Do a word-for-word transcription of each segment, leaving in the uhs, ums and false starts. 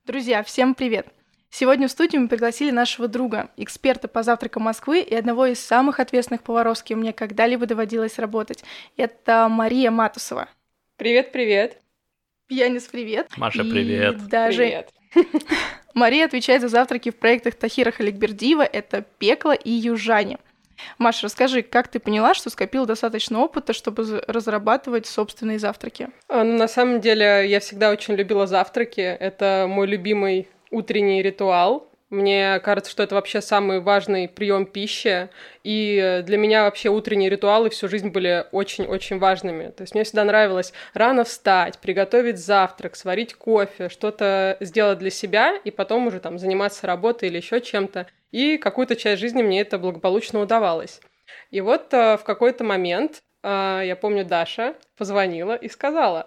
Друзья, всем привет! Сегодня в студию мы пригласили нашего друга, эксперта по завтракам Москвы и одного из самых ответственных поваров, с кем мне когда-либо доводилось работать. Это Мария Матусова. Привет-привет. Янис, привет. Маша, и привет. Даже... Привет. Мария отвечает за завтраки в проектах Тахира Халикбердиева, это «Пекло» и «Южане». Маша, расскажи, как ты поняла, что скопила достаточно опыта, чтобы разрабатывать собственные завтраки? На самом деле, я всегда очень любила завтраки. Это мой любимый утренний ритуал. Мне кажется, что это вообще самый важный прием пищи. И для меня вообще утренние ритуалы всю жизнь были очень-очень важными. То есть мне всегда нравилось рано встать, приготовить завтрак, сварить кофе, что-то сделать для себя, и потом уже там заниматься работой или еще чем-то. И какую-то часть жизни мне это благополучно удавалось. И вот э, в какой-то момент, э, я помню, Даша позвонила и сказала: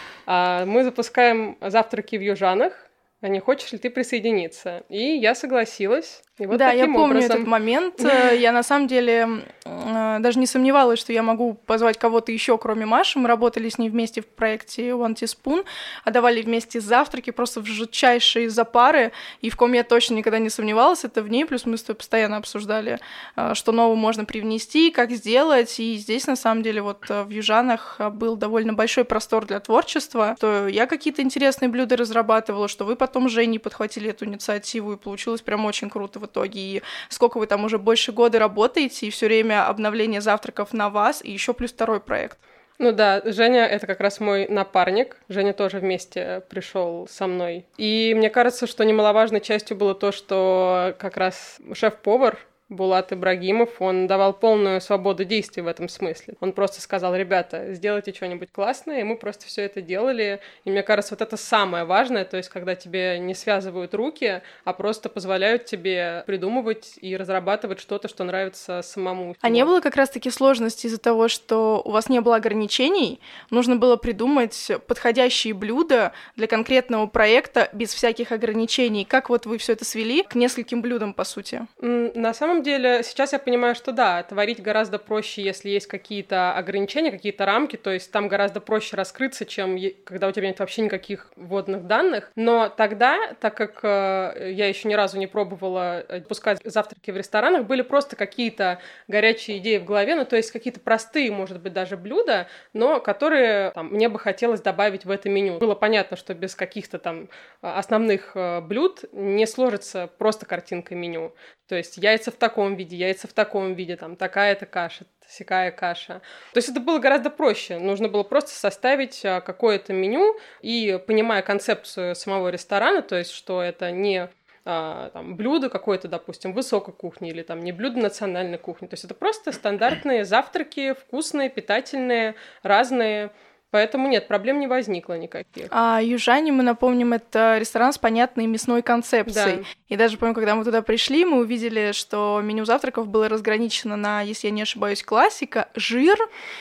э, мы запускаем завтраки в Южанах, а не хочешь ли ты присоединиться? И я согласилась. И вот да, я помню образом... этот момент. Я на самом деле даже не сомневалась, что я могу позвать кого-то еще, кроме Маши. Мы работали с ней вместе в проекте One Teaspoon, отдавали вместе завтраки просто в жутчайшие запары, и в ком я точно никогда не сомневалась, это в ней. Плюс мы с тобой постоянно обсуждали, что нового можно привнести, как сделать. И здесь, на самом деле, вот в Южанах был довольно большой простор для творчества. То я какие-то интересные блюда разрабатывала, что вы потом с Женей подхватили эту инициативу, и получилось прям очень круто в итоге. И сколько вы там уже больше года работаете, и все время обновление завтраков на вас, и еще плюс второй проект. Ну да, Женя — это как раз мой напарник. Женя тоже вместе пришел со мной. И мне кажется, что немаловажной частью было то, что как раз шеф-повар Булат Ибрагимов, он давал полную свободу действий в этом смысле. Он просто сказал: ребята, сделайте что-нибудь классное, и мы просто все это делали. И мне кажется, вот это самое важное, то есть когда тебе не связывают руки, а просто позволяют тебе придумывать и разрабатывать что-то, что нравится самому. А не было как раз-таки сложности из-за того, что у вас не было ограничений, нужно было придумать подходящие блюда для конкретного проекта без всяких ограничений? Как вот вы все это свели к нескольким блюдам, по сути? На самом деле, сейчас я понимаю, что да, творить гораздо проще, если есть какие-то ограничения, какие-то рамки, то есть там гораздо проще раскрыться, чем когда у тебя нет вообще никаких вводных данных. Но тогда, так как э, я еще ни разу не пробовала пускать завтраки в ресторанах, были просто какие-то горячие идеи в голове, ну то есть какие-то простые, может быть, даже блюда, но которые там, мне бы хотелось добавить в это меню. Было понятно, что без каких-то там основных э, блюд не сложится просто картинка меню. То есть яйца в таком виде, яйца в таком виде, там такая-то каша, сякая каша. То есть это было гораздо проще. Нужно было просто составить какое-то меню и, понимая концепцию самого ресторана, то есть что это не а, там, блюдо какое-то, допустим, высокой кухни или там не блюдо национальной кухни. То есть это просто стандартные завтраки, вкусные, питательные, разные. Поэтому нет, проблем не возникло никаких. А Южане, мы напомним, это ресторан с понятной мясной концепцией. Да. И даже, помню, когда мы туда пришли, мы увидели, что меню завтраков было разграничено на, если я не ошибаюсь, классика, жир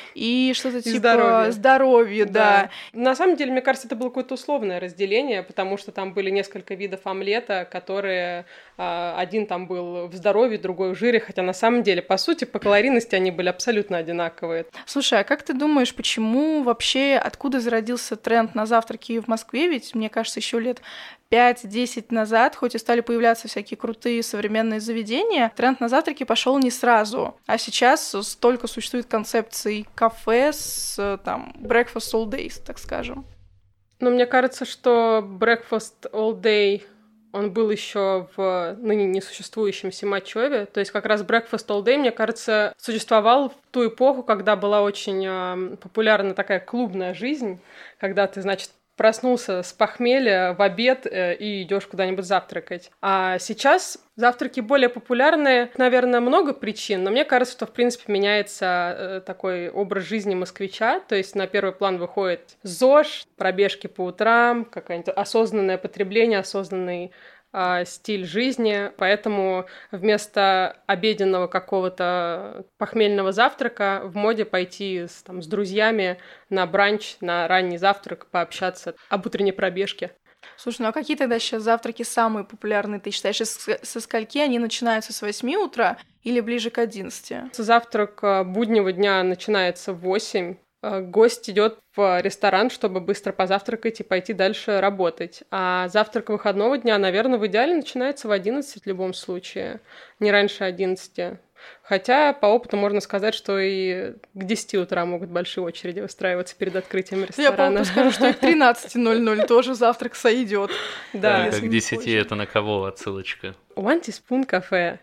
и что-то и типа здоровье, здоровье да. да. На самом деле, мне кажется, это было какое-то условное разделение, потому что там были несколько видов омлета, которые один там был в здоровье, другой в жире, хотя на самом деле, по сути, по калорийности они были абсолютно одинаковые. Слушай, а как ты думаешь, почему вообще откуда зародился тренд на завтраки в Москве? Ведь, мне кажется, еще лет пять-десять назад, хоть и стали появляться всякие крутые современные заведения, тренд на завтраки пошел не сразу. А сейчас столько существует концепций кафе с там breakfast all day, так скажем. Ну, мне кажется, что breakfast all day он был еще в ныне несуществующем Симачеве. То есть как раз breakfast all day, мне кажется, существовал в ту эпоху, когда была очень э, популярна такая клубная жизнь, когда ты, значит, проснулся с похмелья в обед э, и идешь куда-нибудь завтракать. А сейчас завтраки более популярны, наверное, много причин, но мне кажется, что, в принципе, меняется э, такой образ жизни москвича, то есть на первый план выходит ЗОЖ, пробежки по утрам, какое-нибудь осознанное потребление, осознанный стиль жизни, поэтому вместо обеденного какого-то похмельного завтрака в моде пойти с, там, с друзьями на бранч, на ранний завтрак, пообщаться об утренней пробежке. Слушай, ну а какие тогда сейчас завтраки самые популярные, ты считаешь? Со скольки они начинаются, с восьми утра или ближе к одиннадцати? Завтрак буднего дня начинается в восемь. Гость идет в ресторан, чтобы быстро позавтракать и пойти дальше работать. А завтрак выходного дня, наверное, в идеале начинается в одиннадцать в любом случае, не раньше одиннадцати. Хотя по опыту можно сказать, что и к десяти утра могут большие очереди выстраиваться перед открытием ресторана. Я по опыту скажу, что и к тринадцати ноль-ноль тоже завтрак сойдет. Да, к десяти это на кого отсылочка? One Teaspoon Cafe.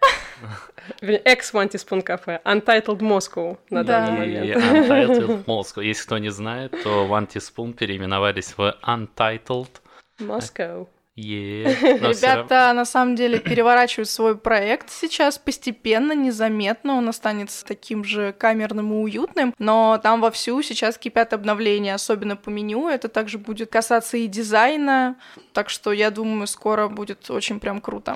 Ex-One Teaspoon Cafe. Untitled Moscow на Да. данный момент. И Untitled Moscow. Если кто не знает, то One Teaspoon переименовались в Untitled Moscow. Yeah. Но всё равно- Ребята, на самом деле, переворачивают свой проект сейчас постепенно, незаметно. Он останется таким же камерным и уютным, но там вовсю сейчас кипят обновления, особенно по меню. Это также будет касаться и дизайна, так что я думаю, скоро будет очень прям круто.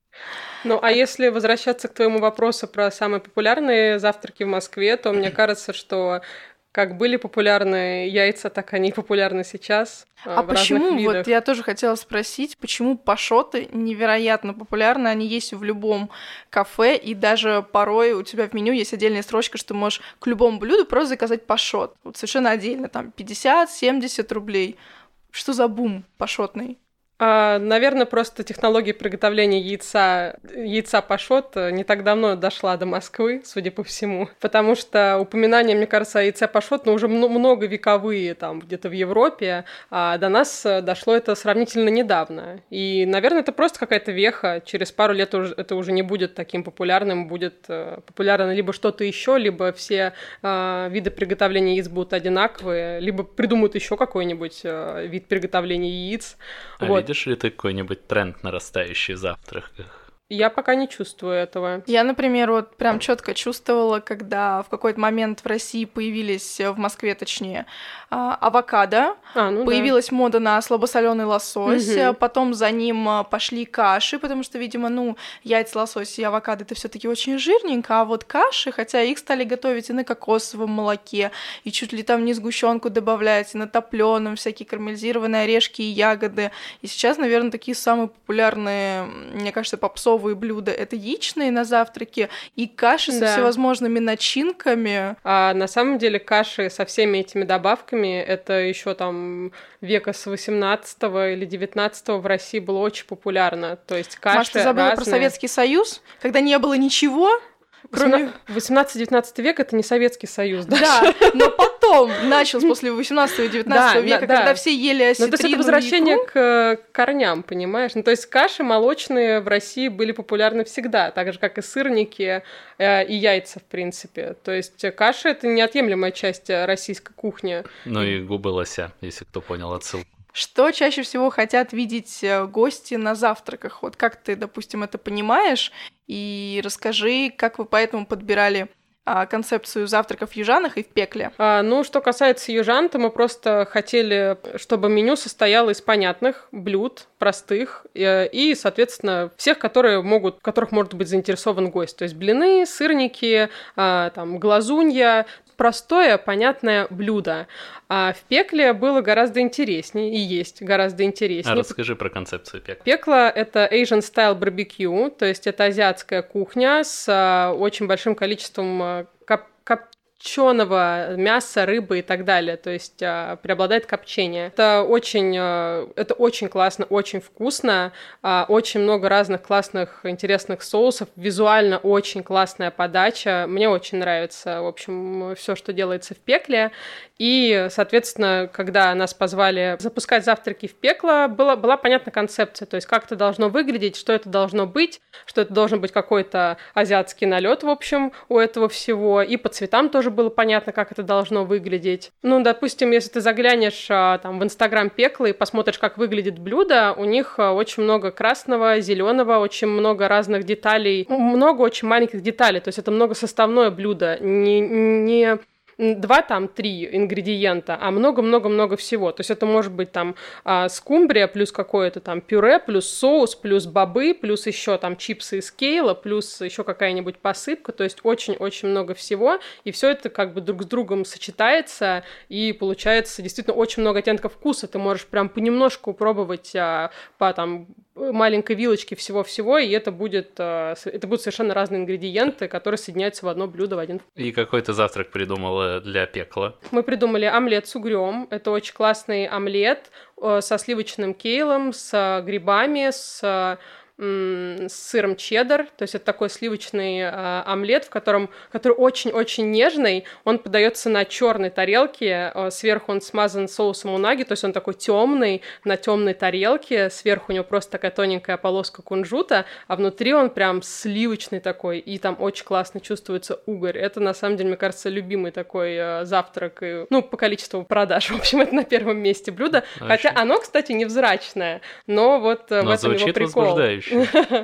Ну, а если возвращаться к твоему вопросу про самые популярные завтраки в Москве, то мне кажется, что как были популярны яйца, так они и популярны сейчас. А в почему, разных видах. вот я тоже хотела спросить, почему пашоты невероятно популярны, они есть в любом кафе, и даже порой у тебя в меню есть отдельная строчка, что можешь к любому блюду просто заказать пашот, вот совершенно отдельно, там пятьдесят-семьдесят рублей. Что за бум пашотный? А, наверное, просто технология приготовления яйца, яйца пашот не так давно дошла до Москвы, судя по всему. Потому что упоминания, мне кажется, о яйце пашот, ну, уже м- многовековые там где-то в Европе, а до нас дошло это сравнительно недавно. И, наверное, это просто какая-то веха. Через пару лет уже, это уже не будет таким популярным, будет э, популярно либо что-то еще, либо все э, виды приготовления яиц будут одинаковые, либо придумают еще какой-нибудь э, вид приготовления яиц. А Вот. видишь ли ты какой-нибудь тренд нарастающий в завтраках? Я пока не чувствую этого. Я, например, вот прям четко чувствовала, когда в какой-то момент в России появились, в Москве точнее, а, авокадо, А, ну появилась мода на слабосоленый лосось, Мгм. потом за ним а, пошли каши, потому что, видимо, ну, яйца, лосось и авокадо это все таки очень жирненько, а вот каши, хотя их стали готовить и на кокосовом молоке, и чуть ли там не сгущенку добавлять, и на топлёном, всякие карамелизированные орешки и ягоды. И сейчас, наверное, такие самые популярные, мне кажется, попсовые блюда — это яичные на завтраке и каши со Да. всевозможными начинками. А на самом деле каши со всеми этими добавками, это еще там века с восемнадцатого или девятнадцатого в России было очень популярно. То есть каши Маш, ты забыла про разные. Советский Союз, когда не было ничего, кроме... восемнадцатый-девятнадцатый век — это не Советский Союз, да? Да, но потом начался после восемнадцатого и девятнадцатого Да, века, да, когда да. все ели Ну, осетрину то есть это и возвращение икру. к э, корням, понимаешь? Ну, то есть каши молочные в России были популярны всегда, так же, как и сырники э, и яйца, в принципе. То есть э, каши — это неотъемлемая часть э, российской кухни. Ну и губы лося, если кто понял отсылку. Что чаще всего хотят видеть э, гости на завтраках? Вот как ты, допустим, это понимаешь? И расскажи, как вы поэтому подбирали а, концепцию завтраков в Южанах и в Пекле. А, ну, что касается южан, то мы просто хотели, чтобы меню состояло из понятных блюд, простых, э, и, соответственно, всех, которые могут, в которых может быть заинтересован гость. То есть блины, сырники, а, там, глазунья, простое, понятное блюдо. А в Пекле было гораздо интереснее, и есть гораздо А интереснее. расскажи про концепцию пекла. Пекло — это Asian Style Barbecue, то есть это азиатская кухня с а, очень большим количеством а, коп- копченого мяса, рыбы и так далее, то есть а, преобладает копчение. Это очень, а, это очень классно, очень вкусно, а, очень много разных классных, интересных соусов, визуально очень классная подача, мне очень нравится, в общем, все, что делается в Пекле. И, соответственно, когда нас позвали запускать завтраки в Пекло, была, была понятна концепция, то есть как это должно выглядеть, что это должно быть, что это должен быть какой-то азиатский налет, в общем, у этого всего, и по цветам тоже было понятно, как это должно выглядеть. Ну, допустим, если ты заглянешь а, там, в Инстаграм Пекла и посмотришь, как выглядит блюдо, у них а, очень много красного, зеленого, очень много разных деталей, много очень маленьких деталей, то есть это многосоставное блюдо, не... не два, там, три ингредиента, а много-много-много всего. То есть это может быть там а, скумбрия плюс какое-то там пюре, плюс соус, плюс бобы, плюс еще там чипсы из кейла, плюс еще какая-нибудь посыпка. То есть очень-очень много всего. И все это как бы друг с другом сочетается, и получается действительно очень много оттенков вкуса. Ты можешь прям понемножку пробовать а, по там маленькой вилочки всего-всего, и это будет, это будут совершенно разные ингредиенты, которые соединяются в одно блюдо, в один вкус. И какой ты завтрак придумала для пекла? Мы придумали омлет с угрём. Это очень классный омлет со сливочным кейлом, с грибами, с с сыром чеддер, то есть это такой сливочный э, омлет, в котором, который очень-очень нежный, он подается на черной тарелке, э, сверху он смазан соусом унаги, то есть он такой темный, на темной тарелке, сверху у него просто такая тоненькая полоска кунжута, а внутри он прям сливочный такой, и там очень классно чувствуется угорь. Это, на самом деле, мне кажется, любимый такой э, завтрак, и, ну, по количеству продаж, в общем, это на первом месте блюдо, очень. Хотя оно, кстати, невзрачное, но вот э, но в этом его прикол. Возбуждающе.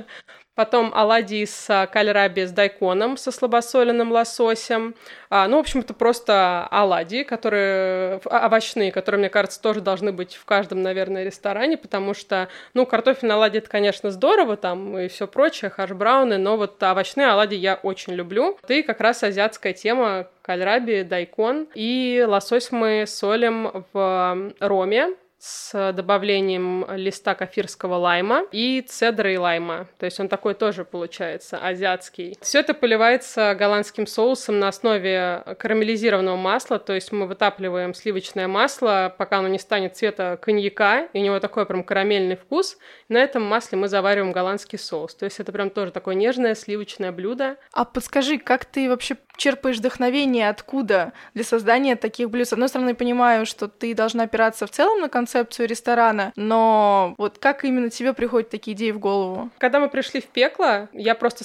Потом оладьи с кальраби с дайконом, со слабосоленым лососем. А, ну, в общем, это просто оладьи, которые овощные, которые, мне кажется, тоже должны быть в каждом, наверное, ресторане, потому что, ну, картофельные оладьи, это, конечно, здорово, там, и все прочее, хаш-брауны, но вот овощные оладьи я очень люблю. И как раз азиатская тема кальраби, дайкон. И лосось мы солим в роме с добавлением листа кафирского лайма и цедра и лайма. То есть он такой тоже получается азиатский. Все это поливается голландским соусом на основе карамелизированного масла. То есть мы вытапливаем сливочное масло, пока оно не станет цвета коньяка, и у него такой прям карамельный вкус. На этом масле мы завариваем голландский соус. То есть это прям тоже такое нежное сливочное блюдо. А подскажи, как ты вообще черпаешь вдохновение, откуда для создания таких блюд? С одной стороны, понимаю, что ты должна опираться в целом на концепцию ресторана, но вот как именно тебе приходят такие идеи в голову? Когда мы пришли в пекло, я просто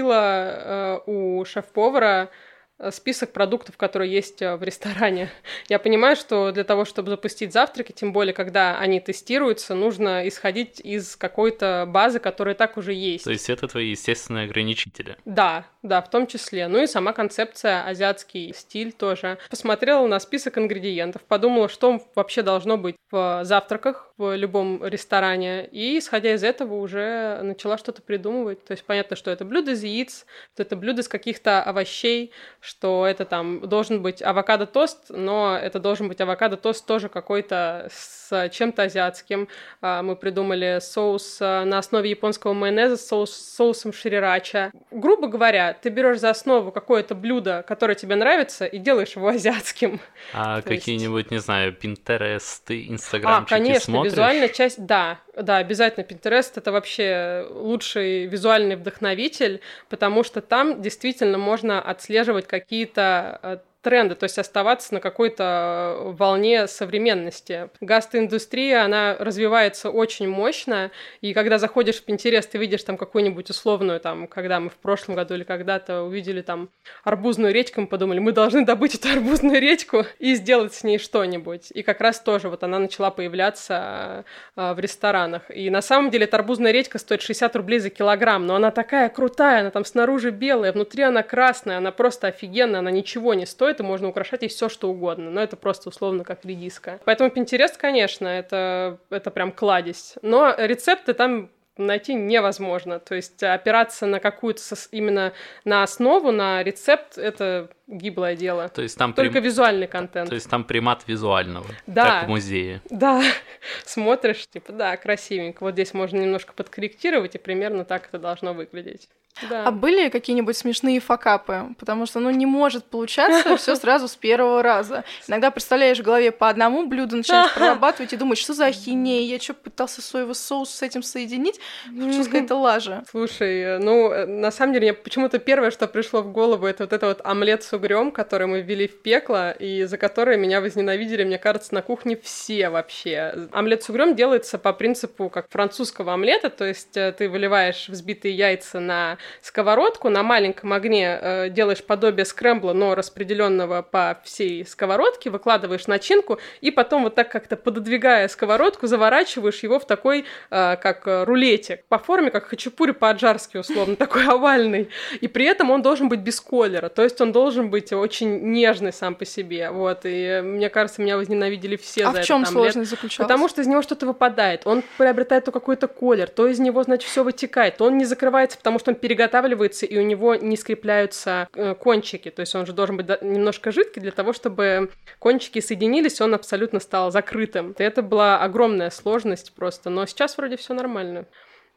спросила э, у шеф-повара список продуктов, которые есть в ресторане. Я понимаю, что для того, чтобы запустить завтраки, тем более, когда они тестируются, нужно исходить из какой-то базы, которая так уже есть. То есть это твои естественные ограничители? Да, да, в том числе. Ну и сама концепция, азиатский стиль тоже. Посмотрела на список ингредиентов, подумала, что вообще должно быть в завтраках в любом ресторане, и, исходя из этого, уже начала что-то придумывать. То есть понятно, что это блюдо из яиц, что это блюдо из каких-то овощей, что это там должен быть авокадо-тост, но это должен быть авокадо-тост тоже какой-то с чем-то азиатским. Мы придумали соус на основе японского майонеза с соус, соусом шрирача. Грубо говоря, ты берешь за основу какое-то блюдо, которое тебе нравится, и делаешь его азиатским. А То какие-нибудь, есть... не знаю, Pinterest, Инстаграмчики а, конечно, смотришь? Визуальная часть, да, да, обязательно. Pinterest — это вообще лучший визуальный вдохновитель, потому что там действительно можно отслеживать какие-то тренды, то есть оставаться на какой-то волне современности. Гастроиндустрия, она развивается очень мощно, и когда заходишь в Pinterest, ты видишь там какую-нибудь условную, там, когда мы в прошлом году или когда-то увидели там арбузную редьку, мы подумали, мы должны добыть эту арбузную редьку и сделать с ней что-нибудь. И как раз тоже вот она начала появляться в ресторанах. И на самом деле эта арбузная редька стоит шестьдесят рублей за килограмм, но она такая крутая, она там снаружи белая, внутри она красная, она просто офигенная, она ничего не стоит, и можно украшать ей все что угодно, но это просто условно как редиска. Поэтому Pinterest, конечно, это, это прям кладезь. Но рецепты там найти невозможно. То есть опираться на какую-то именно на основу, на рецепт, это гиблое дело. То есть там Только прим... визуальный контент. То есть там примат визуального, да. как в музее. Да, смотришь, типа, да, красивенько. Вот здесь можно немножко подкорректировать, и примерно так это должно выглядеть. Да. А были какие-нибудь смешные факапы? Потому что, ну, не может получаться все сразу с первого раза. Иногда представляешь в голове по одному блюду, начинаешь прорабатывать и думаешь, что за ахинея, я что, пытался соевый соус с этим соединить? Получилась какая-то лажа. Слушай, ну, на самом деле, мне почему-то первое, что пришло в голову, это вот это вот омлет с угрём, который мы ввели в пекло, и за который меня возненавидели, мне кажется, на кухне все вообще. Омлет с угрём делается по принципу как французского омлета, то есть ты выливаешь взбитые яйца на сковородку, на маленьком огне э, делаешь подобие скрэмбла, но распределенного по всей сковородке, выкладываешь начинку, и потом вот так как-то пододвигая сковородку, заворачиваешь его в такой, э, как рулетик, по форме, как хачапури по-аджарски условно, такой овальный. И при этом он должен быть без колера, то есть он должен быть очень нежный сам по себе. Вот, и мне кажется, меня возненавидели все а за в чем этот омлет. Сложность заключалась? Потому что из него что-то выпадает, он приобретает то какой-то колер, то из него, значит, все вытекает, то он не закрывается, потому что он переготавливается, и у него не скрепляются кончики, то есть он же должен быть немножко жидкий для того, чтобы кончики соединились, он абсолютно стал закрытым. И это была огромная сложность просто, но сейчас вроде все нормально.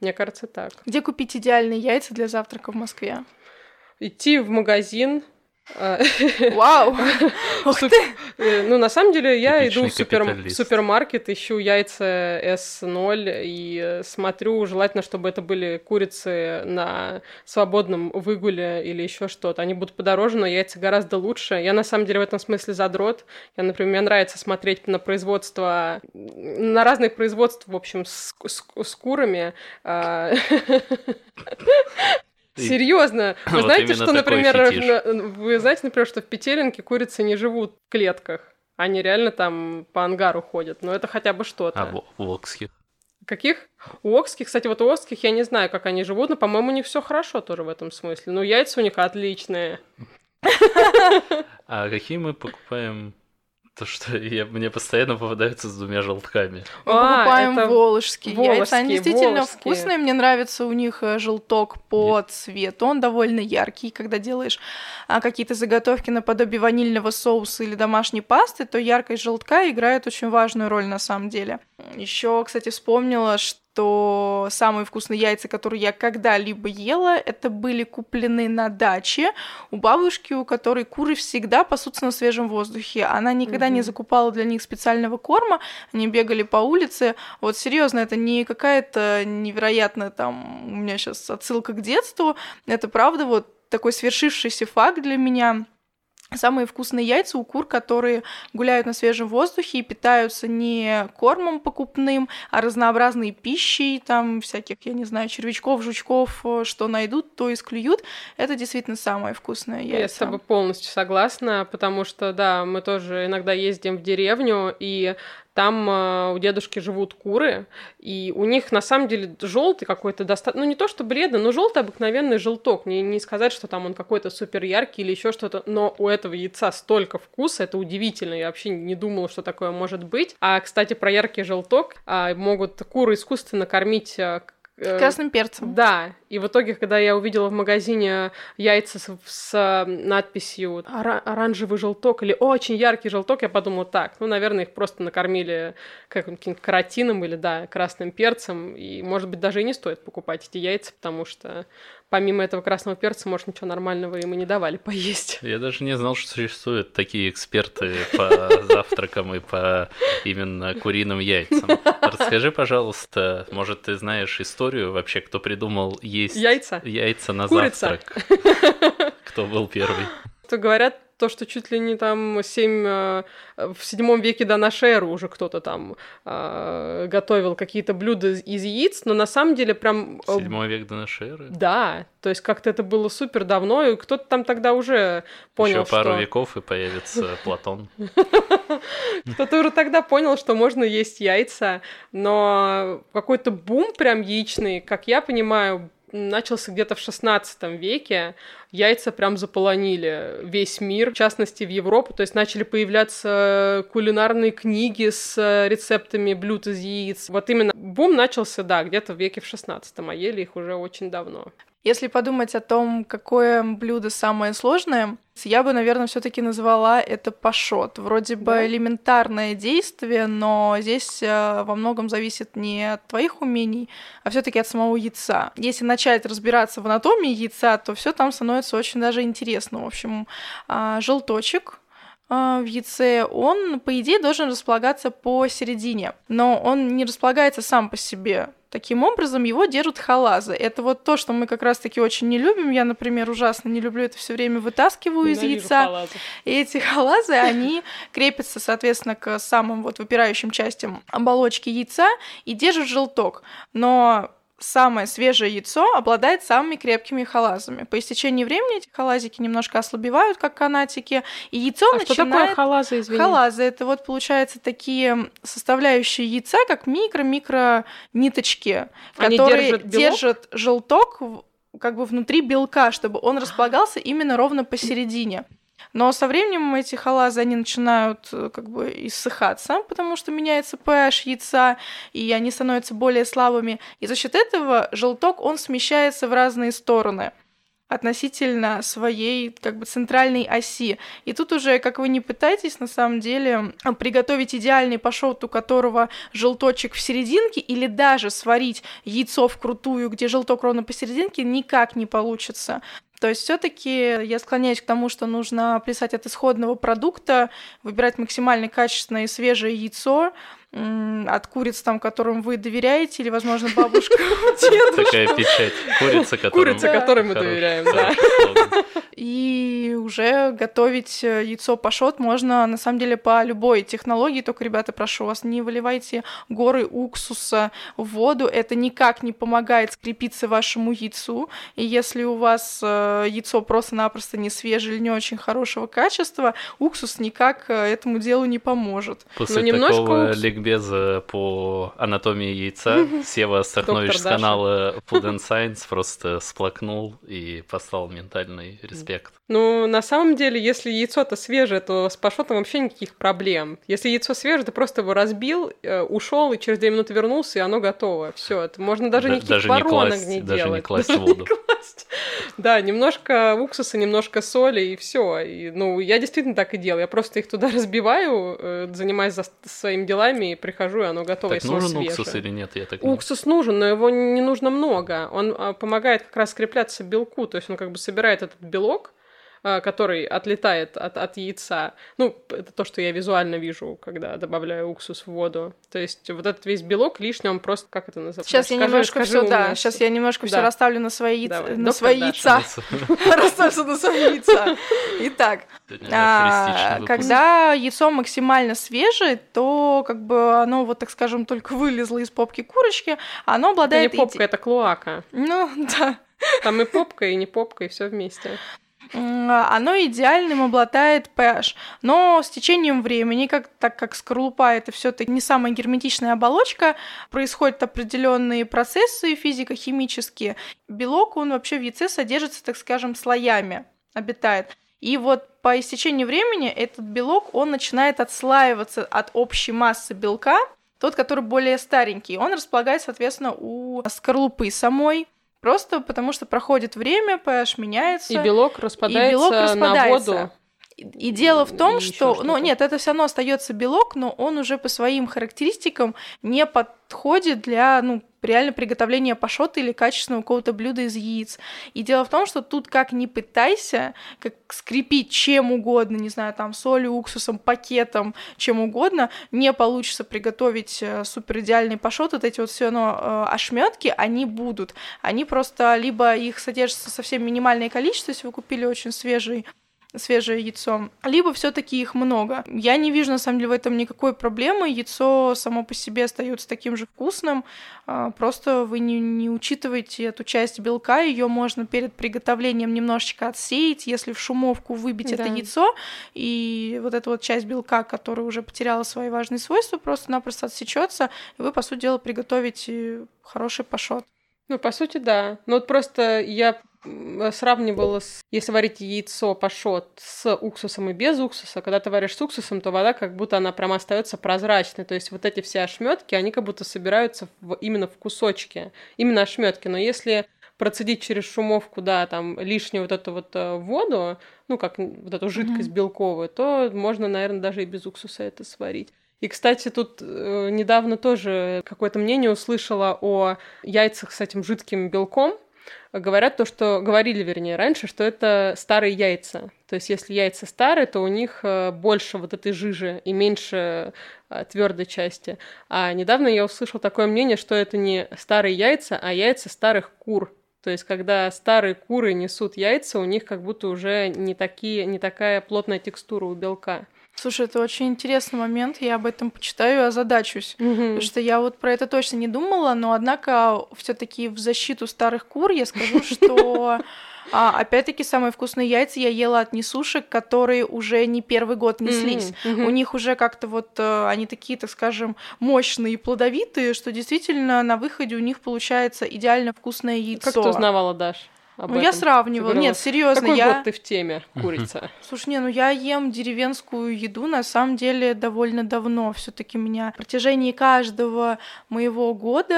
Мне кажется, так. Где купить идеальные яйца для завтрака в Москве? Идти в магазин. Вау! Ух ты! Ну, на самом деле, я Типичный иду в, супер... в капиталист. супермаркет, ищу яйца эс ноль и смотрю, желательно, чтобы это были курицы на свободном выгуле или еще что-то. Они будут подороже, но яйца гораздо лучше. Я, на самом деле, в этом смысле задрот. Я, например, мне нравится смотреть на производство, на разные производства, в общем, с, с... с курами. Серьезно, вы Вот знаете, именно что, такой например, фетиш. в- вы знаете, например, что в Петелинке курицы не живут в клетках, они реально там по ангару ходят, но это хотя бы что-то. А в в Оксхе? Каких? У окских, кстати, вот у окских я не знаю, как они живут, но, по-моему, у них все хорошо тоже в этом смысле. Ну, яйца у них отличные. А какие мы покупаем? То, что я, мне постоянно попадаются с двумя желтками. Мы А, покупаем это волжские яйца. Они волжские, действительно волжские. вкусные. Мне нравится у них э, желток по цвету. Он довольно яркий. Когда делаешь а, какие-то заготовки наподобие ванильного соуса или домашней пасты, то яркость желтка играет очень важную роль на самом деле. Еще, кстати, вспомнила, что самые вкусные яйца, которые я когда-либо ела, это были куплены на даче у бабушки, у которой куры всегда пасутся на свежем воздухе. Она никогда не Мгм. закупала для них специального корма, они бегали по улице. Вот серьезно, это не какая-то невероятная там, у меня сейчас отсылка к детству, это правда вот такой свершившийся факт для меня. Самые вкусные яйца у кур, которые гуляют на свежем воздухе и питаются не кормом покупным, а разнообразной пищей, там всяких, я не знаю, червячков, жучков, э, что найдут, то и склюют. Это действительно самое вкусное яйцо. Я с тобой полностью согласна, потому что, да, мы тоже иногда ездим в деревню, и там э, у дедушки живут куры, и у них на самом деле желтый какой-то достаточно, ну не то что бледный, но желтый обыкновенный желток. Не, не сказать, что там он какой-то супер яркий или еще что-то, но у этого яйца столько вкуса, это удивительно. Я вообще не думала, что такое может быть. А, кстати, про яркий желток а, могут куры искусственно кормить э, э, Красным перцем. Да, и в итоге, когда я увидела в магазине яйца с, с надписью «Ора- оранжевый желток» или «очень яркий желток», я подумала, так, ну, наверное, их просто накормили каким-то каротином или, да, красным перцем, и, может быть, даже и не стоит покупать эти яйца, потому что помимо этого красного перца, может, ничего нормального им и не давали поесть. Я даже не знал, что существуют такие эксперты по завтракам и по именно куриным яйцам. Расскажи, пожалуйста, может, ты знаешь историю вообще, кто придумал есть Яйца? яйца на Курица. завтрак? Кто был первый? То говорят, то, что чуть ли не там семь, э, в седьмом веке до нашей эры уже кто-то там э, готовил какие-то блюда из- из яиц, но на самом деле прям... э, Седьмой век до нашей эры? Да, то есть как-то это было супер давно, и кто-то там тогда уже понял, Еще пару что... веков и появится Платон. Кто-то уже тогда понял, что можно есть яйца, но какой-то бум прям яичный, как я понимаю, начался где-то в шестнадцатом веке. Яйца прям заполонили весь мир, в частности в Европу. То есть начали появляться кулинарные книги с рецептами блюд из яиц. Вот именно бум начался, да, где-то в веке в шестнадцатом, а ели их уже очень давно. Если подумать о том, какое блюдо самое сложное, я бы, наверное, все-таки назвала это пашот. Вроде бы Да. элементарное действие, но здесь э, во многом зависит не от твоих умений, а все-таки от самого яйца. Если начать разбираться в анатомии яйца, то все там становится очень даже интересно. В общем, а, желточек а, в яйце, он, по идее, должен располагаться посередине, но он не располагается сам по себе. Таким образом, его держат халазы. Это вот то, что мы как раз-таки очень не любим. Я, например, ужасно не люблю это все время вытаскиваю из Ненавижу яйца. халаты. И эти халазы, они крепятся, соответственно, к самым вот выпирающим частям оболочки яйца и держат желток. Но самое свежее яйцо обладает самыми крепкими халазами. По истечении времени эти халазики немножко ослабевают, как канатики, и яйцо А что такое начинает... халазы, извини? Халазы — это вот, получается, такие составляющие яйца, как микро-микро ниточки, Они которые держат белок? держат желток в- как бы внутри белка, чтобы он располагался именно ровно посередине. Но со временем эти халазы, они начинают э, как бы иссыхаться, потому что меняется pH яйца, и они становятся более слабыми. И за счет этого желток, он смещается в разные стороны. относительно своей как бы центральной оси. И тут уже, как вы не пытаетесь, на самом деле, приготовить идеальный пашот, у которого желточек в серединке, или даже сварить яйцо вкрутую, где желток ровно посерединке, никак не получится. То есть все-таки я склоняюсь к тому, что нужно плясать от исходного продукта, выбирать максимально качественное и свежее яйцо от куриц, там, которым вы доверяете, или, возможно, бабушка, дедушка. Такая печать. Курица, которой мы доверяем, да. И уже готовить яйцо пашот можно, на самом деле, по любой технологии, только, ребята, прошу вас, не выливайте горы уксуса в воду, это никак не помогает скрепиться вашему яйцу, и если у вас яйцо просто-напросто не свежее или не очень хорошего качества, уксус никак этому делу не поможет. После такого ликбеза по анатомии яйца Сева Страхнович с канала Food and Science просто сплакнул и послал ментальный респект. Ну, на самом деле, если яйцо-то свежее, то с пашотом вообще никаких проблем. Если яйцо свежее, ты просто его разбил, ушел и через две минуты вернулся, и оно готово. Все, это можно даже да, никаких даже воронок не, класть, не даже делать. Не класть в воду. Да, немножко уксуса, немножко соли, и все. И, ну, я действительно так и делаю. Я просто их туда разбиваю, занимаюсь за своими делами, и прихожу, и оно готово, так и нужен свежее. Уксус или нет? Я так уксус не... нужен, но его не нужно много. Он помогает как раз скрепляться белку, то есть он как бы собирает этот белок, который отлетает от, от яйца. Ну, это то, что я визуально вижу, когда добавляю уксус в воду. То есть вот этот весь белок лишний, он просто, как это называется? Сейчас я немножко все, да, сейчас я немножко все расставлю на свои, яйца, на свои яйца. Расставлю на свои яйца. Итак, когда яйцо максимально свежее, то как бы оно, вот так скажем, только вылезло из попки курочки, оно обладает... Это не попка, это клоака. Ну, да. Там и попка, и не попка, и все вместе. Оно идеальным обладает pH, но с течением времени, как, так как скорлупа — это все-таки не самая герметичная оболочка, происходят определенные процессы физико-химические. Белок, он вообще в яйце содержится, так скажем, слоями, обитает. И вот по истечению времени этот белок, он начинает отслаиваться от общей массы белка, тот, который более старенький, он располагается, соответственно, у скорлупы самой. Просто потому что проходит время, pH меняется. И белок распадается, и белок распадается. на воду. И, и дело в том, и что... Ну, нет, это все равно остается белок, но он уже по своим характеристикам не подходит для, ну, реально приготовления пашота или качественного какого-то блюда из яиц. И дело в том, что тут как ни пытайся, как скрепить чем угодно, не знаю, там, солью, уксусом, пакетом, чем угодно, не получится приготовить супер идеальный пашот. Вот эти вот все равно ошметки, они будут. Они просто либо их содержится совсем минимальное количество, если вы купили очень свежий свежее яйцо, либо все-таки их много. Я не вижу, на самом деле, в этом никакой проблемы. Яйцо само по себе остается таким же вкусным, просто вы не, не учитываете эту часть белка, ее можно перед приготовлением немножечко отсеять, если в шумовку выбить да. это яйцо, и вот эта вот часть белка, которая уже потеряла свои важные свойства, просто-напросто отсечется, и вы, по сути дела, приготовите хороший пашот. Ну, по сути, да. Ну, вот просто я сравнивала, с, если варить яйцо пашот с уксусом и без уксуса. Когда ты варишь с уксусом, то вода как будто она прям остается прозрачной. То есть вот эти все ошметки, они как будто собираются в, именно в кусочки. Именно ошметки. Но если процедить через шумовку, да, там лишнюю вот эту вот воду, ну, как вот эту жидкость mm-hmm. белковую, то можно, наверное, даже и без уксуса это сварить. И, кстати, тут э, недавно тоже какое-то мнение услышала о яйцах с этим жидким белком. Говорят то, что... Говорили, вернее, раньше, что это старые яйца. То есть, если яйца старые, то у них больше вот этой жижи и меньше твердой части. А недавно я услышала такое мнение, что это не старые яйца, а яйца старых кур. То есть, когда старые куры несут яйца, у них как будто уже не, такие, не такая плотная текстура у белка. Слушай, это очень интересный момент, я об этом почитаю и озадачусь, mm-hmm. потому что я вот про это точно не думала, но однако все-таки в защиту старых кур я скажу, что а, опять-таки самые вкусные яйца я ела от несушек, которые уже не первый год неслись. Mm-hmm. Mm-hmm. У них уже как-то вот они такие, так скажем, мощные и плодовитые, что действительно на выходе у них получается идеально вкусное яйцо. Как ты узнавала, Даш? Об ну, этом. Я сравнивала. Говорила, нет, серьезно, какой я... год ты в теме, курица? Слушай, не, ну я ем деревенскую еду, на самом деле, довольно давно. Все-таки меня на протяжении каждого моего года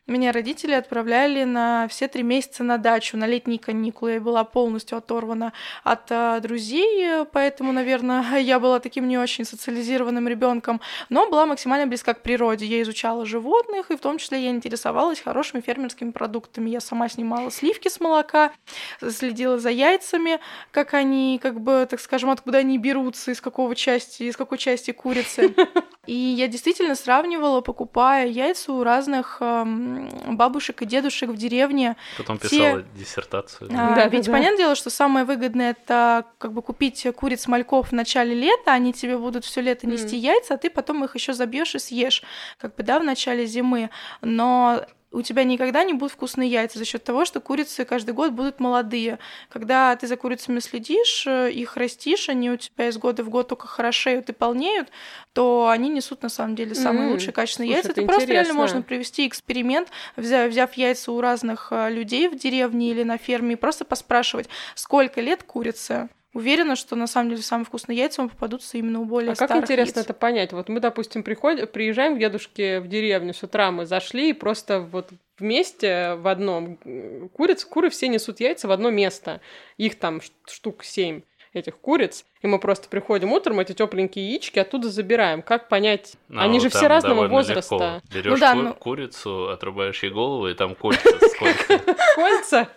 Меня родители отправляли на все три месяца на дачу, на летние каникулы. Я была полностью оторвана от а, друзей, поэтому, наверное, я была таким не очень социализированным ребенком, но была максимально близка к природе. Я изучала животных, и в том числе я интересовалась хорошими фермерскими продуктами. Я сама снимала сливки с молока, следила за яйцами, как они, как бы, так скажем, откуда они берутся, из какого части, из какой части курицы. И я действительно сравнивала, покупая яйца у разных эм, бабушек и дедушек в деревне. Потом Те... писала диссертацию. А, да, ведь да, понятное да. дело, что самое выгодное это как бы купить куриц мальков в начале лета, они тебе будут все лето нести mm. яйца, а ты потом их еще забьешь и съешь, как бы, да, в начале зимы. Но у тебя никогда не будут вкусные яйца за счет того, что курицы каждый год будут молодые. Когда ты за курицами следишь, их растишь, они у тебя из года в год только хорошеют и полнеют, то они несут на самом деле самые mm. лучшие качественные Слушай, яйца. Это, это просто интересно. реально можно провести эксперимент, взяв, взяв яйца у разных людей в деревне или на ферме, и просто поспрашивать, сколько лет курице. Уверена, что на самом деле самые вкусные яйца вам попадутся именно у более а старых как интересно яиц. это понять? Вот мы, допустим, приходим, приезжаем к дедушке в деревню с утра, мы зашли и просто вот вместе в одном куриц, куры все несут яйца в одно место. Их там штук семь, этих куриц, и мы просто приходим утром, эти тепленькие яички оттуда забираем. Как понять? Ну, они же все разного возраста. Берешь ну, да, ку- ну... курицу, отрубаешь ей голову, и там кольца сколько. Кольца?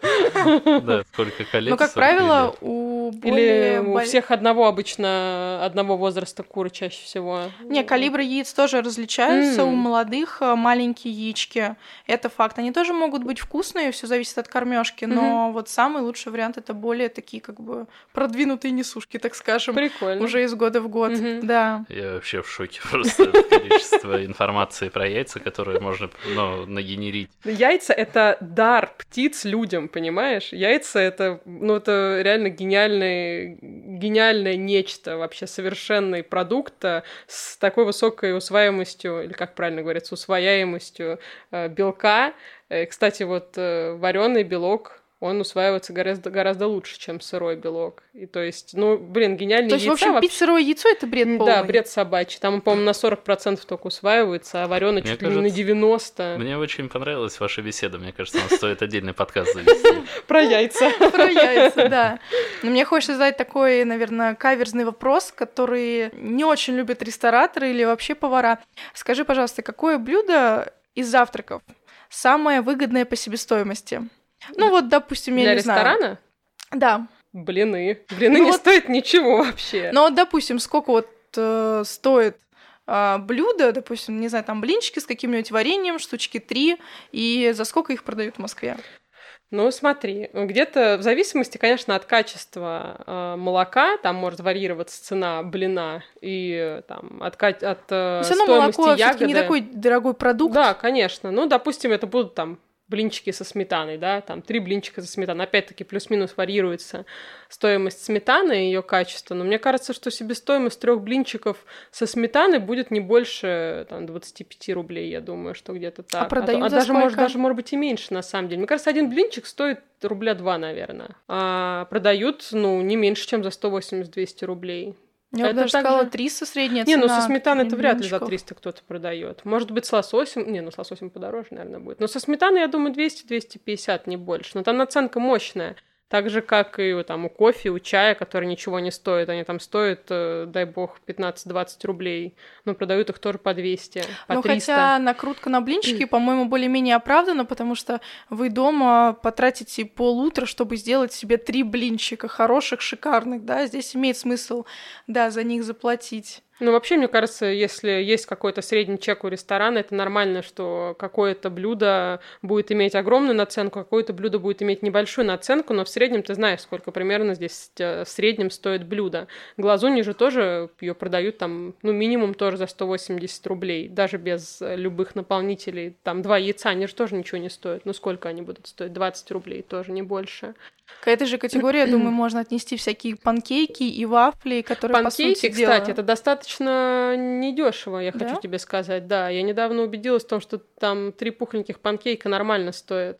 Да, сколько колец. Ну, как правило, у Или у всех одного обычно, одного возраста куры чаще всего? Не, калибры яиц тоже различаются. У молодых маленькие яички. Это факт. Они тоже могут быть вкусные, все зависит от кормежки, но вот самый лучший вариант это более такие как бы продвинутые несушки, так скажем. Прикольно. Уже из года в год, Мгм. да. Я вообще в шоке просто от количества информации про яйца, которые можно, ну, нагенерить. Яйца — это дар птиц людям, понимаешь? Яйца — это, ну, это реально гениальное, гениальное нечто, вообще совершенный продукт а, с такой высокой усваиваемостью, или как правильно говорится, усвояемостью э, белка. Э, кстати, вот э, вареный белок, он усваивается гораздо, гораздо лучше, чем сырой белок. И то есть, ну, блин, гениальные То есть, яйца в общем, вообще... пить сырое яйцо — это бред полный. Да, бред собачий. Там, по-моему, на сорок процентов только усваивается, а вареный Мне чуть ли не кажется, на девяносто процентов. Мне очень понравилась ваша беседа. Мне кажется, нам стоит отдельный подкаст завести. Про яйца. Про яйца, да. Но мне хочется задать такой, наверное, каверзный вопрос, который не очень любят рестораторы или вообще повара. Скажи, пожалуйста, какое блюдо из завтраков самое выгодное по себестоимости? Ну вот, допустим, я Для не знаю. ресторана? Да. Блины. Блины Ну не вот- стоят ничего вообще. Но вот, допустим, сколько вот э, стоит а, блюдо, допустим, не знаю, там блинчики с каким-нибудь вареньем, штучки три, и за сколько их продают в Москве? Ну, смотри, где-то в зависимости, конечно, от качества э, молока, там может варьироваться цена блина и э, там от, ка- от э, Все равно стоимости молоко все-таки ягоды. не такой дорогой продукт. Да, конечно. Ну, допустим, это будут там блинчики со сметаной, да, там три блинчика со сметаной. Опять-таки, плюс-минус варьируется стоимость сметаны и ее качество. Но мне кажется, что себестоимость трех блинчиков со сметаной будет не больше там, двадцать пять рублей, я думаю, что где-то так. продают а, за даже, сколько? может, даже, может быть, и меньше, на самом деле. Мне кажется, один блинчик стоит рубля два, наверное. А продают, ну, не меньше, чем за сто восемьдесят - двести рублей. Я бы Это даже так сказала же- триста средняя Не, цена. ну со сметаной это вряд ли за блинчиков. триста кто-то продает. Может быть, с лососем. Не, ну с лососем подороже, наверное, будет. Но со сметаной, я думаю, двести - двести пятьдесят, не больше. Но там наценка мощная. Так же, как и вот там у кофе, у чая, который ничего не стоит. Они там стоят, э, дай бог, пятнадцать - двадцать рублей. Но продают их тоже по двести, по Ну, триста. хотя накрутка на блинчики, по-моему, более-менее оправдана, потому что вы дома потратите полутора, чтобы сделать себе три блинчика хороших, шикарных, да, здесь имеет смысл, да, за них заплатить. Ну, вообще, мне кажется, если есть какой-то средний чек у ресторана, это нормально, что какое-то блюдо будет иметь огромную наценку, какое-то блюдо будет иметь небольшую наценку, но в среднем ты знаешь, сколько примерно здесь э, в среднем стоит блюдо. Глазуньи же тоже ее продают там, ну, минимум тоже за сто восемьдесят рублей, даже без э, любых наполнителей. Там два яйца, они же тоже ничего не стоят. Ну, сколько они будут стоить? двадцать рублей, тоже не больше. К этой же категории, я думаю, можно отнести всякие панкейки и вафли, которые, Панкейки, по сути дела... кстати, это достаточно недешево, я Да? хочу тебе сказать. Да, я недавно убедилась в том, что там три пухленьких панкейка нормально стоят.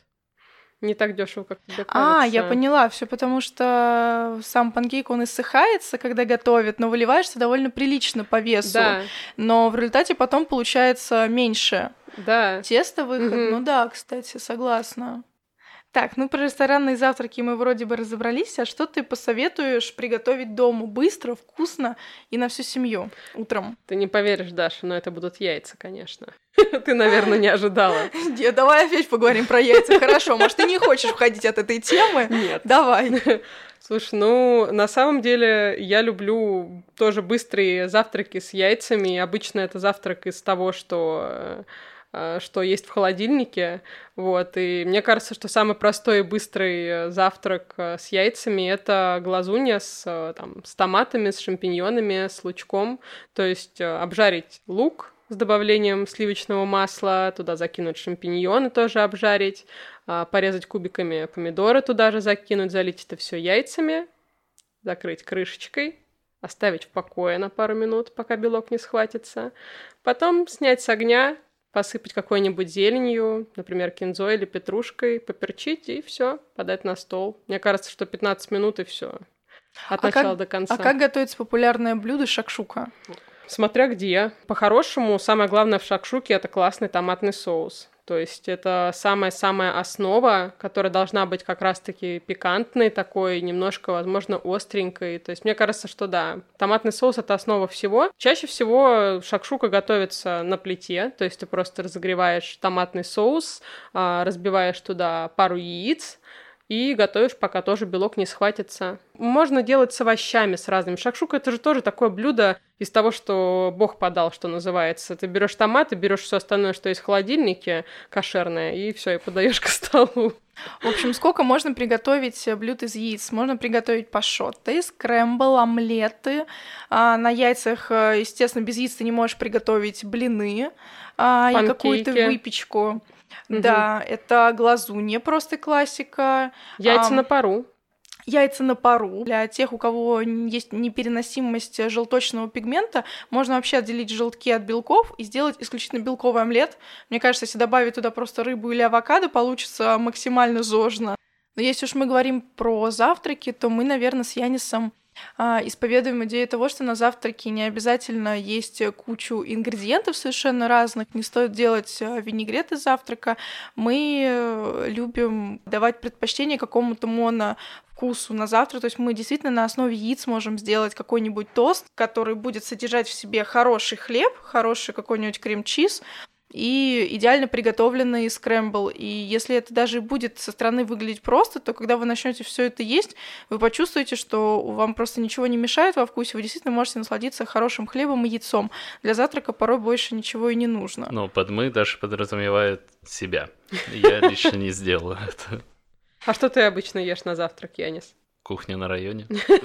Не так дешево, как тебе кажется. А, я поняла, все потому что сам панкейк, он иссыхается, когда готовят, но выливаешься довольно прилично по весу. Да. Но в результате потом получается меньше. Да. Тестовых, Мгм. ну да, кстати, согласна. Так, ну про ресторанные завтраки мы вроде бы разобрались, а что ты посоветуешь приготовить дома быстро, вкусно и на всю семью утром? Ты не поверишь, Даша, но это будут яйца, конечно. Ты, наверное, не ожидала. Де, давай опять поговорим про яйца. Хорошо, может, ты не хочешь уходить от этой темы? Нет. Давай. Слушай, ну, на самом деле я люблю тоже быстрые завтраки с яйцами. Обычно это завтрак из того, что, э, что есть в холодильнике. Вот. И мне кажется, что самый простой и быстрый завтрак э, с яйцами — это глазунья с, э, там, с томатами, с шампиньонами, с лучком. То есть э, обжарить лук с добавлением сливочного масла, туда закинуть шампиньоны, тоже обжарить, а, порезать кубиками помидоры, туда же закинуть, залить это все яйцами, закрыть крышечкой, оставить в покое на пару минут, пока белок не схватится. Потом снять с огня, посыпать какой-нибудь зеленью, например, кинзой или петрушкой, поперчить и все, подать на стол. Мне кажется, что пятнадцать минут и все. От А начала как- до конца. А как готовится популярное блюдо шакшука? Смотря где. По-хорошему, самое главное в шакшуке — это классный томатный соус. То есть это самая-самая основа, которая должна быть как раз-таки пикантной, такой немножко, возможно, остренькой. То есть мне кажется, что да, томатный соус — это основа всего. Чаще всего шакшука готовится на плите, то есть ты просто разогреваешь томатный соус, а, разбиваешь туда пару яиц, и готовишь, пока тоже белок не схватится. Можно делать с овощами, с разными. Шакшука — это же тоже такое блюдо из того, что Бог подал, что называется. Ты берешь томаты, берешь все остальное, что есть в холодильнике, кошерное, и все, и подаешь к столу. В общем, сколько можно приготовить блюд из яиц? Можно приготовить пашотты, скрэмбл, омлеты. А, на яйцах, естественно, без яиц ты не можешь приготовить блины а, и какую-то Панкейки. выпечку. Мгм. Да, это глазунья, просто классика. Яйца Ам, на пару. Яйца на пару. Для тех, у кого н- есть непереносимость желточного пигмента, можно вообще отделить желтки от белков и сделать исключительно белковый омлет. Мне кажется, если добавить туда просто рыбу или авокадо, получится максимально зожно. Но если уж мы говорим про завтраки, то мы, наверное, с Янисом а, исповедуем идею того, что на завтраке не обязательно есть кучу ингредиентов совершенно разных, не стоит делать а, винегрет из завтрака. Мы э, любим давать предпочтение какому-то моно вкусу на завтрак. То есть мы действительно на основе яиц можем сделать какой-нибудь тост, который будет содержать в себе хороший хлеб, хороший какой-нибудь крем-чиз, и идеально приготовленный скрэмбл. И если это даже будет со стороны выглядеть просто, то когда вы начнете все это есть, вы почувствуете, что вам просто ничего не мешает во вкусе, вы действительно можете насладиться хорошим хлебом и яйцом. Для завтрака порой больше ничего и не нужно. Ну, под «мы» даже подразумевает себя. Я лично не сделаю это. А что ты обычно ешь на завтрак, Янис? Кухня на районе.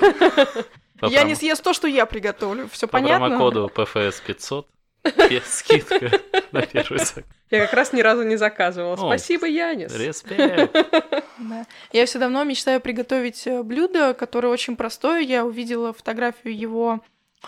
По Я промо- не съест то, что я приготовлю. Все По понятно? промокоду пэ эф эс пятьсот есть скидка на первый заказ. Я как раз ни разу не заказывала. О, Спасибо, Янис. Респект. Да. Я все давно мечтаю приготовить э, блюдо, которое очень простое. Я увидела фотографию его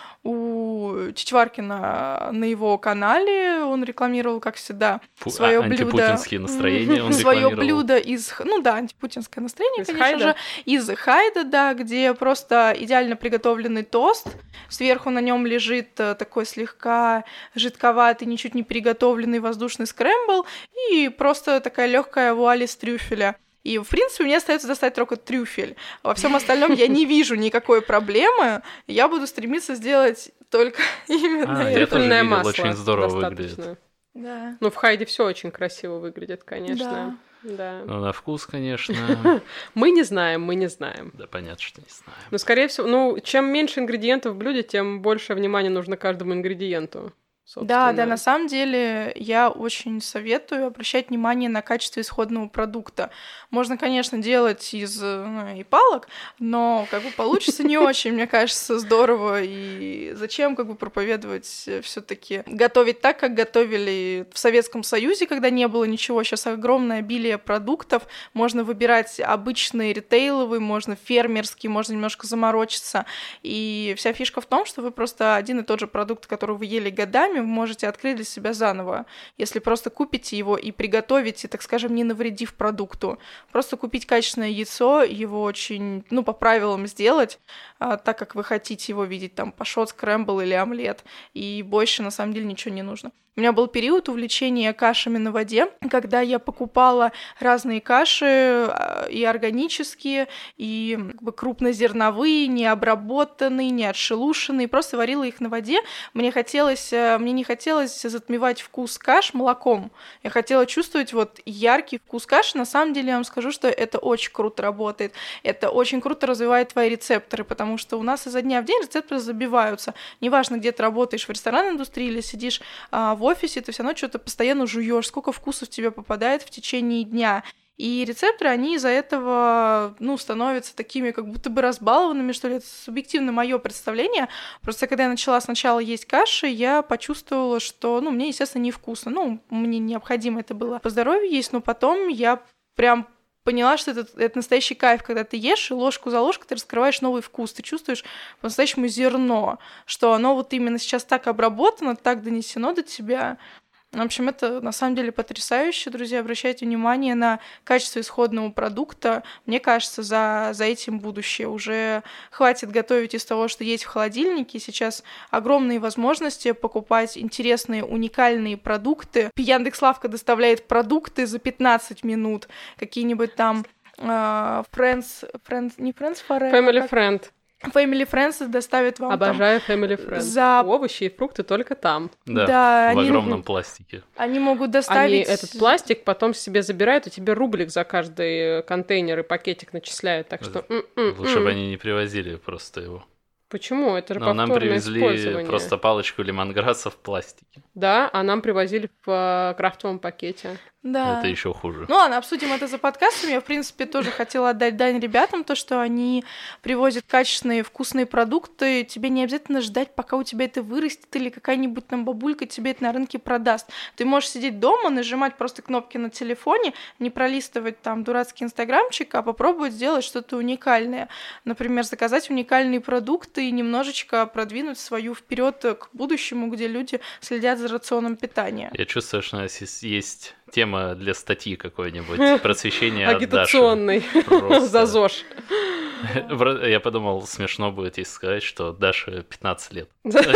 у Чичваркина на его канале. Он рекламировал, как всегда, Пу- свое а, блюдо. антипутинские настроения он Свое рекламировал. блюдо из, х- ну да, антипутинское настроение, Из конечно Хайда? же, из Хайда, да, где просто идеально приготовленный тост, сверху на нем лежит э, такой слегка жидковатый, ничуть не приготовленный воздушный скрэмбл и просто такая легкая вуаль из трюфеля. И, в принципе, мне остается достать только трюфель. Во всем остальном я не вижу никакой проблемы. Я буду стремиться сделать только именно А, я это. тоже Трюфельное видел, масло очень здорово достаточно. выглядит. Да. Ну, в Хайде все очень красиво выглядит, конечно. Да. Ну, на вкус, конечно. Мы не знаем, мы не знаем. Да, понятно, что не знаю. Но, скорее всего, ну, чем меньше ингредиентов в блюде, тем больше внимания нужно каждому ингредиенту. Да, собственно. да, на самом деле я очень советую обращать внимание на качество исходного продукта. Можно, конечно, делать из ну, и палок, но как бы получится не очень, мне кажется, здорово. И зачем как бы проповедовать все-таки готовить так, как готовили в Советском Союзе, когда не было ничего. Сейчас огромное обилие продуктов. Можно выбирать обычные ритейловые, можно фермерские, можно немножко заморочиться. И вся фишка в том, что вы просто один и тот же продукт, который вы ели годами, вы можете открыть для себя заново. Если просто купите его и приготовите, так скажем, не навредив продукту. Просто купить качественное яйцо, его очень, ну, по правилам сделать, а, так, как вы хотите его видеть, там, пашот, скрэмбл или омлет. И больше, на самом деле, ничего не нужно. У меня был период увлечения кашами на воде, когда я покупала разные каши, и органические, и как бы крупнозерновые, необработанные, не отшелушенные, просто варила их на воде. Мне хотелось, мне не хотелось затмевать вкус каш молоком. Я хотела чувствовать вот яркий вкус каши. На самом деле я вам скажу, что это очень круто работает. Это очень круто развивает твои рецепторы, потому что у нас изо дня в день рецепторы забиваются. Неважно, где ты работаешь, в ресторанной индустрии или сидишь а, в офисе, ты все равно что-то постоянно жуешь, сколько вкусов тебе попадает в течение дня. И рецепторы, они из-за этого, ну, становятся такими, как будто бы разбалованными, что ли. Это субъективно мое представление. Просто когда я начала сначала есть каши, я почувствовала, что, ну, мне, естественно, невкусно. Ну, мне необходимо это было по здоровью есть, но потом я прям поняла, что это, это настоящий кайф, когда ты ешь, и ложку за ложкой ты раскрываешь новый вкус, ты чувствуешь по-настоящему зерно, что оно вот именно сейчас так обработано, так донесено до тебя. В общем, это на самом деле потрясающе, друзья. Обращайте внимание на качество исходного продукта. Мне кажется, за, за этим будущее. Уже хватит готовить из того, что есть в холодильнике. Сейчас огромные возможности покупать интересные, уникальные продукты. Яндекс.Лавка доставляет продукты за пятнадцать минут. Какие-нибудь там Uh, friends, friends, не Friends Forever. Family как... Friend. Family Friends доставит вам. Обожаю там Family Friends. За... Овощи и фрукты только там. Да, да в они огромном могут... пластике. Они могут доставить... Они этот пластик потом себе забирают, и тебе рублик за каждый контейнер и пакетик начисляют, так что... Лучше бы они не привозили просто его. Почему? Это же Но нам повторное привезли использование. просто палочку лемонграсса в пластике. Да, а нам привозили в э, крафтовом пакете. Да. Это еще хуже. Ну ладно, обсудим это за подкастом. Я, в принципе, тоже хотела отдать дань ребятам, то, что они привозят качественные, вкусные продукты. Тебе не обязательно ждать, пока у тебя это вырастет, или какая-нибудь там бабулька тебе это на рынке продаст. Ты можешь сидеть дома, нажимать просто кнопки на телефоне, не пролистывать там дурацкий инстаграмчик, а попробовать сделать что-то уникальное. Например, заказать уникальные продукты и немножечко продвинуть свою вперед к будущему, где люди следят за рационом питания. Я чувствую, что у нас есть тема для статьи какой-нибудь. Просвещение от Даши. Агитационный. За ЗОЖ. Я подумал, смешно будет, если сказать, что Даша пятнадцать лет.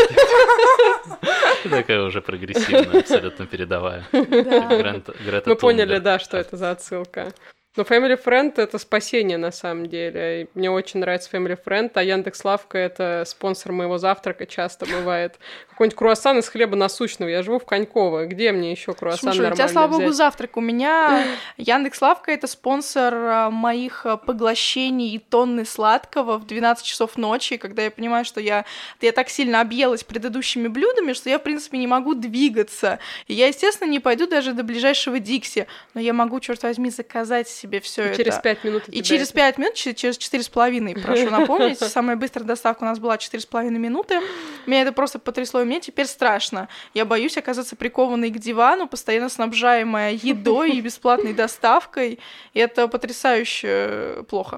Такая уже прогрессивная, абсолютно передовая. Мы поняли, да, что это за отсылка. Но Family Friend — это спасение, на самом деле. Мне очень нравится Family Friend, а Яндекс.Лавка — это спонсор моего завтрака часто бывает. Какой-нибудь круассан из хлеба насущного. Я живу в Коньково. Где мне еще круассан Слушай, нормально у тебя, слава взять? богу, завтрак. У меня Яндекс.Лавка — это спонсор моих поглощений и тонны сладкого в двенадцать часов ночи, когда я понимаю, что я, я так сильно объелась предыдущими блюдами, что я, в принципе, не могу двигаться. И я, естественно, не пойду даже до ближайшего Дикси, но я могу, черт возьми, заказать себе все это. Через пять минут. И через пять минут, через четыре с половиной, прошу напомнить, самая быстрая доставка у нас была четыре с половиной минуты. Меня это просто потрясло, и мне теперь страшно. Я боюсь оказаться прикованной к дивану, постоянно снабжаемая едой и бесплатной доставкой. И это потрясающе плохо.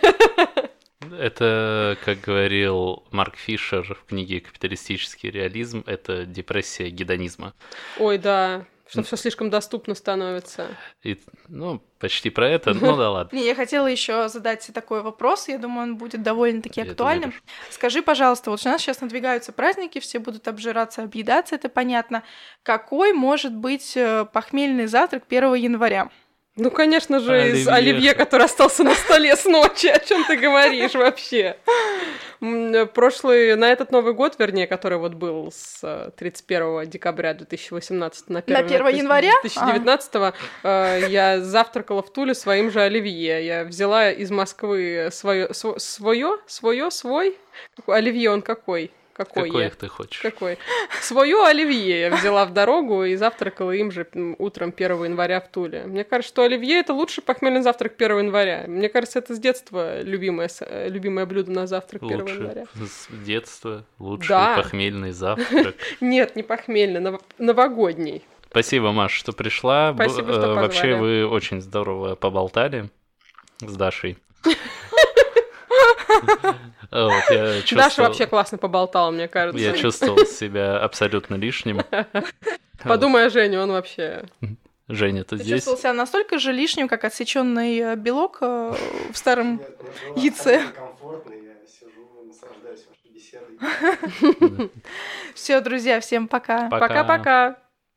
Это, как говорил Марк Фишер в книге «Капиталистический реализм», это депрессия гедонизма. Ой, да. Что все слишком доступно становится. И, ну, почти про это, ну да ладно. Не, я хотела еще задать такой вопрос, я думаю, он будет довольно-таки актуальным. Скажи, пожалуйста, вот у нас сейчас надвигаются праздники, все будут обжираться, объедаться, это понятно. Какой может быть похмельный завтрак первого января? Ну, конечно же, Оливье. из оливье, который остался на столе с ночи. О чем ты говоришь вообще? Прошлый, на этот Новый год, вернее, который вот был с тридцать первого декабря две тысячи восемнадцатого на первого января две тысячи девятнадцатого, а. я завтракала в Туле своим же оливье. Я взяла из Москвы свое, свое, свое, свой. Оливье он какой? Какой, Какой я? их ты хочешь? Какой? Свое оливье я взяла в дорогу и завтракала им же утром первого января в Туле. Мне кажется, что оливье — это лучший похмельный завтрак первого января. Мне кажется, это с детства любимое, любимое блюдо на завтрак лучше первого января. С детства лучший да. похмельный завтрак. Нет, не похмельный, нов... новогодний. Спасибо, Маш, что пришла. Спасибо, что позвали. Вообще вы очень здорово поболтали с Дашей. Вот, я чувствовал... Даша вообще классно поболтала, мне кажется. Я чувствовал себя абсолютно лишним. Подумай о Жене, он вообще... Женя, ты, ты здесь? Ты чувствовал себя настолько же лишним, как отсеченный белок в старом яйце. Комфортно, я сижу, наслаждаюсь вашей беседой. Все, друзья, всем пока. Пока-пока.